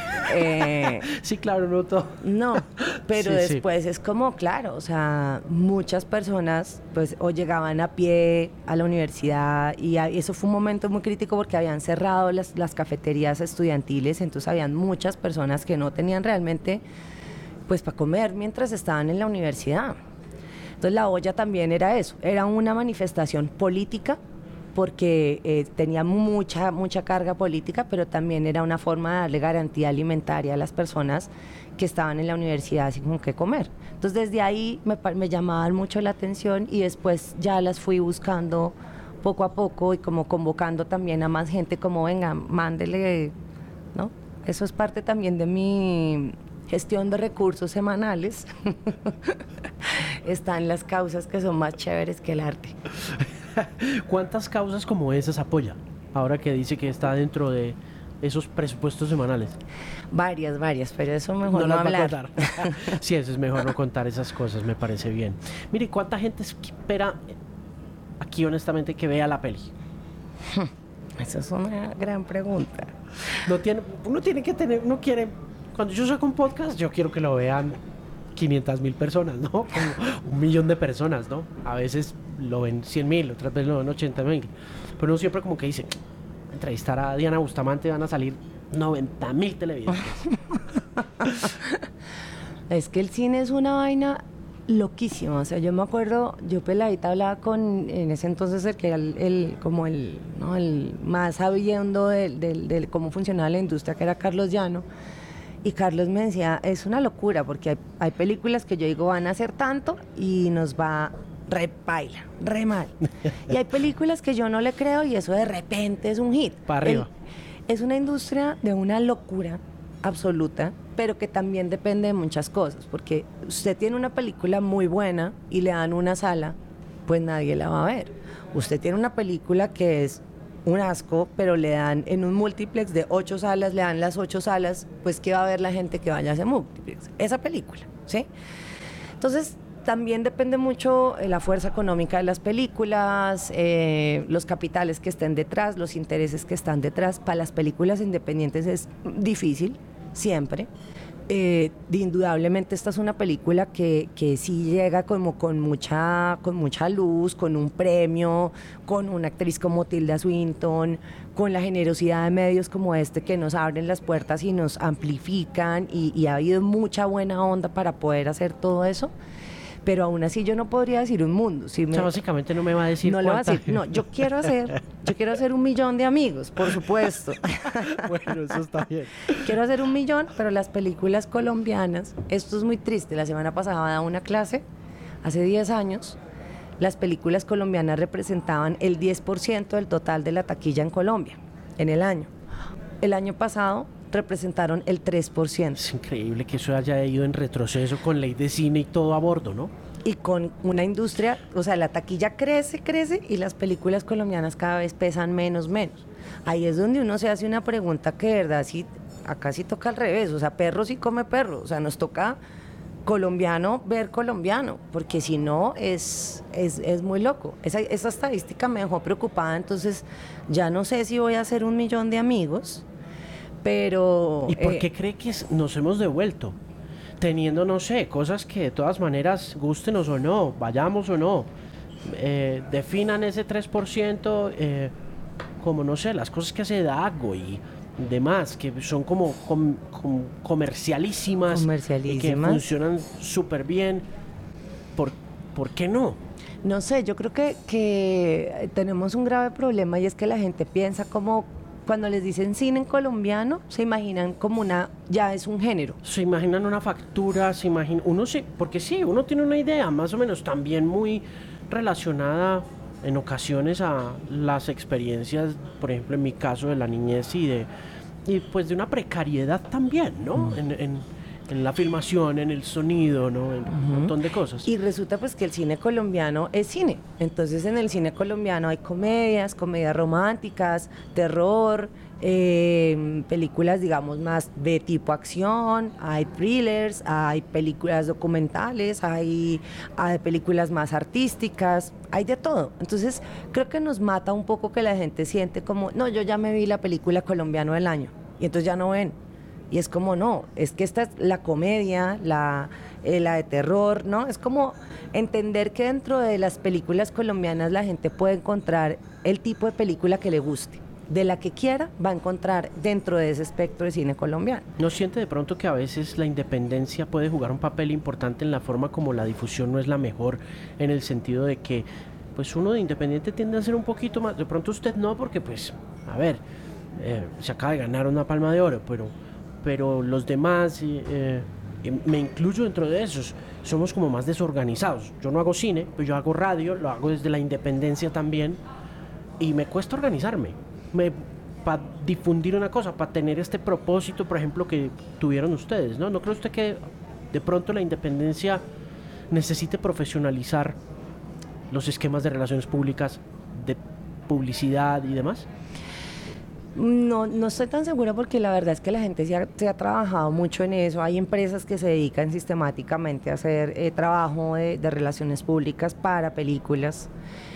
Sí, claro, no todo. No, pero sí, después es como, claro, o sea, muchas personas pues o llegaban a pie a la universidad y eso fue un momento muy crítico porque habían cerrado las cafeterías estudiantiles, entonces habían muchas personas que no tenían realmente pues para comer mientras estaban en la universidad. Entonces la olla también era eso, era una manifestación política porque tenía mucha carga política, pero también era una forma de darle garantía alimentaria a las personas que estaban en la universidad sin con qué comer. Entonces desde ahí me llamaban mucho la atención y después ya las fui buscando poco a poco y como convocando también a más gente como venga, mándele, ¿no? Eso es parte también de mi gestión de recursos semanales. Están las causas que son más chéveres que el arte. ¿Cuántas causas como esas apoya? Ahora que dice que está dentro de esos presupuestos semanales. Varias, pero eso mejor no hablar. Va a contar. Sí, eso es mejor no contar esas cosas, me parece bien. Mire, ¿cuánta gente espera aquí honestamente que vea la peli? Esa es una gran pregunta. Uno tiene que tener, uno quiere, cuando yo saco un podcast, yo quiero que lo vean 500,000 personas, ¿no? Como 1,000,000 de personas, ¿no? A veces lo ven 100,000, otras veces lo ven 80,000. Pero uno siempre como que dice, entrevistar a Diana Bustamante van a salir 90,000 televidentes. Es que el cine es una vaina loquísima. O sea, yo me acuerdo, yo peladita hablaba en ese entonces el que era el más sabiendo de cómo funcionaba la industria, que era Carlos Llano. Y Carlos me decía, es una locura, porque hay películas que yo digo van a hacer tanto y nos va a re paila, re mal. Y hay películas que yo no le creo y eso de repente es un hit. Para arriba. Es una industria de una locura absoluta, pero que también depende de muchas cosas, porque usted tiene una película muy buena y le dan una sala, pues nadie la va a ver. Usted tiene una película que es un asco, pero le dan en un múltiplex de 8 salas, le dan las 8 salas, pues ¿qué va a ver la gente que vaya a ese múltiplex? Esa película, ¿sí? Entonces, también depende mucho la fuerza económica de las películas, los capitales que estén detrás, los intereses que están detrás. Para las películas independientes es difícil, siempre. Indudablemente esta es una película que sí llega como con mucha luz, con un premio, con una actriz como Tilda Swinton, con la generosidad de medios como este que nos abren las puertas y nos amplifican y ha habido mucha buena onda para poder hacer todo eso. Pero aún así yo no podría decir un mundo. Si O sea, básicamente no me va a decir no le va a decir, no, yo quiero hacer 1.000.000 de amigos, por supuesto. Bueno, eso está bien. Quiero hacer 1.000.000, pero las películas colombianas, esto es muy triste. La semana pasada daba una clase, hace 10 años, las películas colombianas representaban el 10% del total de la taquilla en Colombia, en el año. El año pasado representaron el 3%. Es increíble que eso haya ido en retroceso con ley de cine y todo a bordo, ¿no? Y con una industria, o sea, la taquilla crece y las películas colombianas cada vez pesan menos. Ahí es donde uno se hace una pregunta que de verdad sí, acá sí toca al revés, o sea, perro sí come perro, o sea, nos toca colombiano ver colombiano, porque si no es muy loco. Esa estadística me dejó preocupada, entonces ya no sé si voy a hacer 1.000.000 de amigos, pero... ¿Y por qué cree que nos hemos devuelto? Teniendo, no sé, cosas que de todas maneras, gústenos o no, vayamos o no, definan ese 3%, como, no sé, las cosas que hace Dago y demás, que son como comercialísimas, y que funcionan súper bien. ¿Por qué no? No sé, yo creo que tenemos un grave problema y es que la gente piensa como... Cuando les dicen cine en colombiano, se imaginan como ya es un género. Se imaginan una factura, porque sí, uno tiene una idea más o menos también muy relacionada en ocasiones a las experiencias, por ejemplo en mi caso de la niñez y pues de una precariedad también, ¿no? En la filmación, en el sonido, ¿no? En un montón de cosas. Y resulta pues que el cine colombiano es cine. Entonces en el cine colombiano hay comedias románticas, terror, películas digamos más de tipo acción, hay thrillers, hay películas documentales, hay películas más artísticas, hay de todo. Entonces creo que nos mata un poco que la gente siente como, no, yo ya me vi la película colombiana del año y entonces ya no ven. Y es como, no, es que esta es la comedia, la de terror, ¿no? Es como entender que dentro de las películas colombianas la gente puede encontrar el tipo de película que le guste. De la que quiera, va a encontrar dentro de ese espectro de cine colombiano. ¿No siente de pronto que a veces la independencia puede jugar un papel importante en la forma como la difusión no es la mejor, en el sentido de que pues uno de independiente tiende a ser un poquito más, de pronto usted no, porque pues, a ver, se acaba de ganar una Palma de Oro, pero los demás, me incluyo dentro de esos, somos como más desorganizados. Yo no hago cine, pero yo hago radio, lo hago desde la independencia también, y me cuesta organizarme para difundir una cosa, para tener este propósito, por ejemplo, que tuvieron ustedes, ¿no? ¿No cree usted que de pronto la independencia necesite profesionalizar los esquemas de relaciones públicas, de publicidad y demás? No estoy tan segura porque la verdad es que la gente se ha trabajado mucho en eso. Hay empresas que se dedican sistemáticamente a hacer trabajo de relaciones públicas para películas.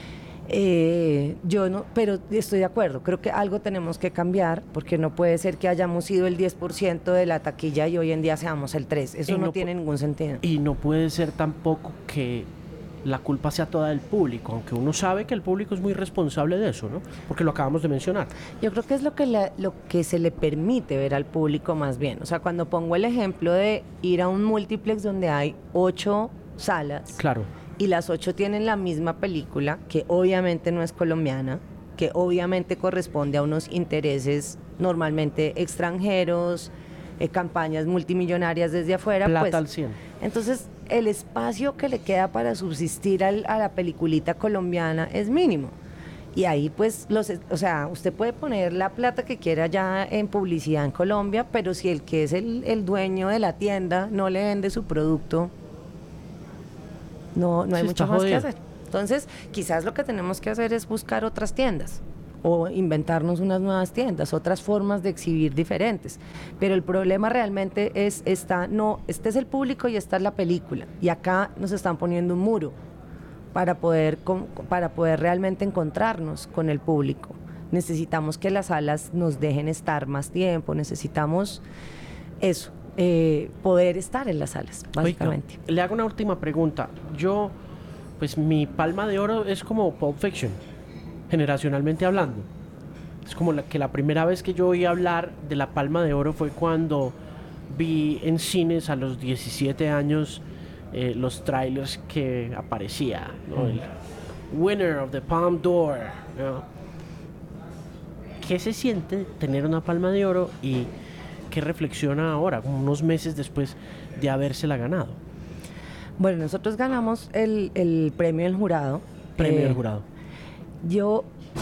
Yo no, pero estoy de acuerdo, creo que algo tenemos que cambiar porque no puede ser que hayamos sido el 10% de la taquilla y hoy en día seamos el 3%. Eso no tiene ningún sentido. Y no puede ser tampoco que la culpa sea toda del público, aunque uno sabe que el público es muy responsable de eso, ¿no? Porque lo acabamos de mencionar. Yo creo que es lo que se le permite ver al público más bien. O sea, cuando pongo el ejemplo de ir a un multiplex donde hay 8 salas, claro, y las 8 tienen la misma película, que obviamente no es colombiana, que obviamente corresponde a unos intereses normalmente extranjeros, campañas multimillonarias desde afuera. Plata pues, al 100. Entonces, el espacio que le queda para subsistir a la peliculita colombiana es mínimo. Y ahí pues, o sea, usted puede poner la plata que quiera ya en publicidad en Colombia, pero si el que es el dueño de la tienda no le vende su producto, no hay mucho más que hacer. Entonces, quizás lo que tenemos que hacer es buscar otras tiendas o inventarnos unas nuevas tiendas, otras formas de exhibir diferentes. Pero el problema realmente este es el público y esta es la película. Y acá nos están poniendo un muro para poder realmente encontrarnos con el público. Necesitamos que las salas nos dejen estar más tiempo, necesitamos eso, poder estar en las salas, básicamente. Oiga, le hago una última pregunta. Pues mi palma de oro es como Pulp Fiction, generacionalmente hablando. Es como la primera vez que yo oí hablar de la palma de oro fue cuando vi en cines a los 17 años los trailers que aparecía, ¿no? El winner of the Palme d'Or, ¿no? ¿Qué se siente tener una palma de oro y qué reflexiona ahora, unos meses después de habérsela ganado? Bueno, nosotros ganamos el premio del jurado. Premio del jurado. Yo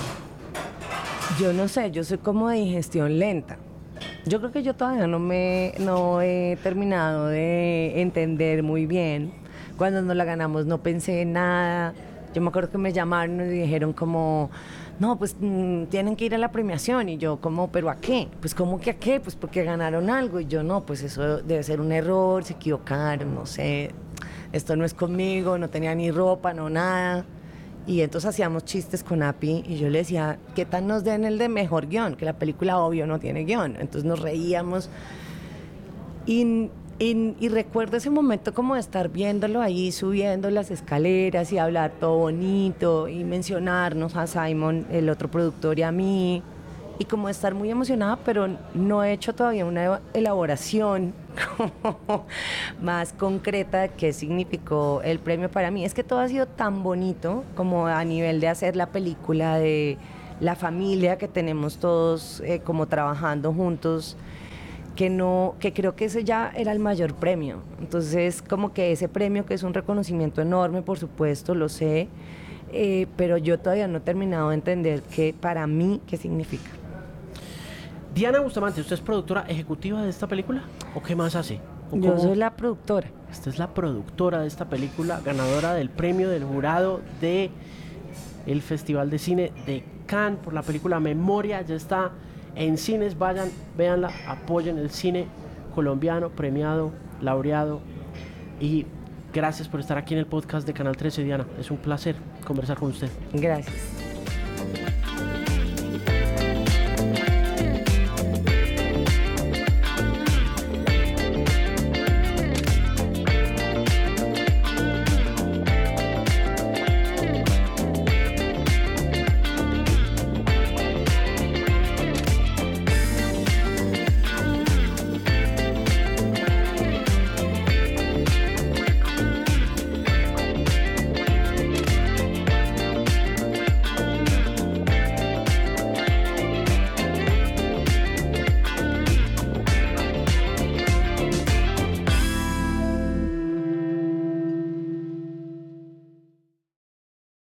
no sé, yo soy como de digestión lenta. Yo creo que yo todavía no he terminado de entender muy bien. Cuando nos la ganamos no pensé en nada. Yo me acuerdo que me llamaron y dijeron como, no, pues tienen que ir a la premiación. Y yo como, ¿pero a qué? Pues ¿cómo que a qué? Pues porque ganaron algo. Y yo no, pues eso debe ser un error, se equivocaron, no sé. Esto no es conmigo, no tenía ni ropa, no nada. Y entonces hacíamos chistes con Api y yo le decía, ¿qué tal nos den el de mejor guión? Que la película obvio no tiene guión. Entonces nos reíamos y recuerdo ese momento como de estar viéndolo ahí, subiendo las escaleras y hablar todo bonito y mencionarnos a Simon, el otro productor, y a mí. Y como de estar muy emocionada, pero no he hecho todavía una elaboración como más concreta de qué significó el premio para mí. Es que todo ha sido tan bonito como a nivel de hacer la película, de la familia que tenemos todos como trabajando juntos, que creo que ese ya era el mayor premio. Entonces, como que ese premio, que es un reconocimiento enorme, por supuesto, lo sé, pero yo todavía no he terminado de entender para mí qué significa. Diana Bustamante, ¿usted es productora ejecutiva de esta película? ¿O qué más hace? Yo soy la productora. Esta es la productora de esta película, ganadora del premio del jurado de el Festival de Cine de Cannes por la película Memoria. Ya está en cines, vayan, véanla, apoyen el cine colombiano, premiado, laureado. Y gracias por estar aquí en el podcast de Canal 13, Diana. Es un placer conversar con usted. Gracias.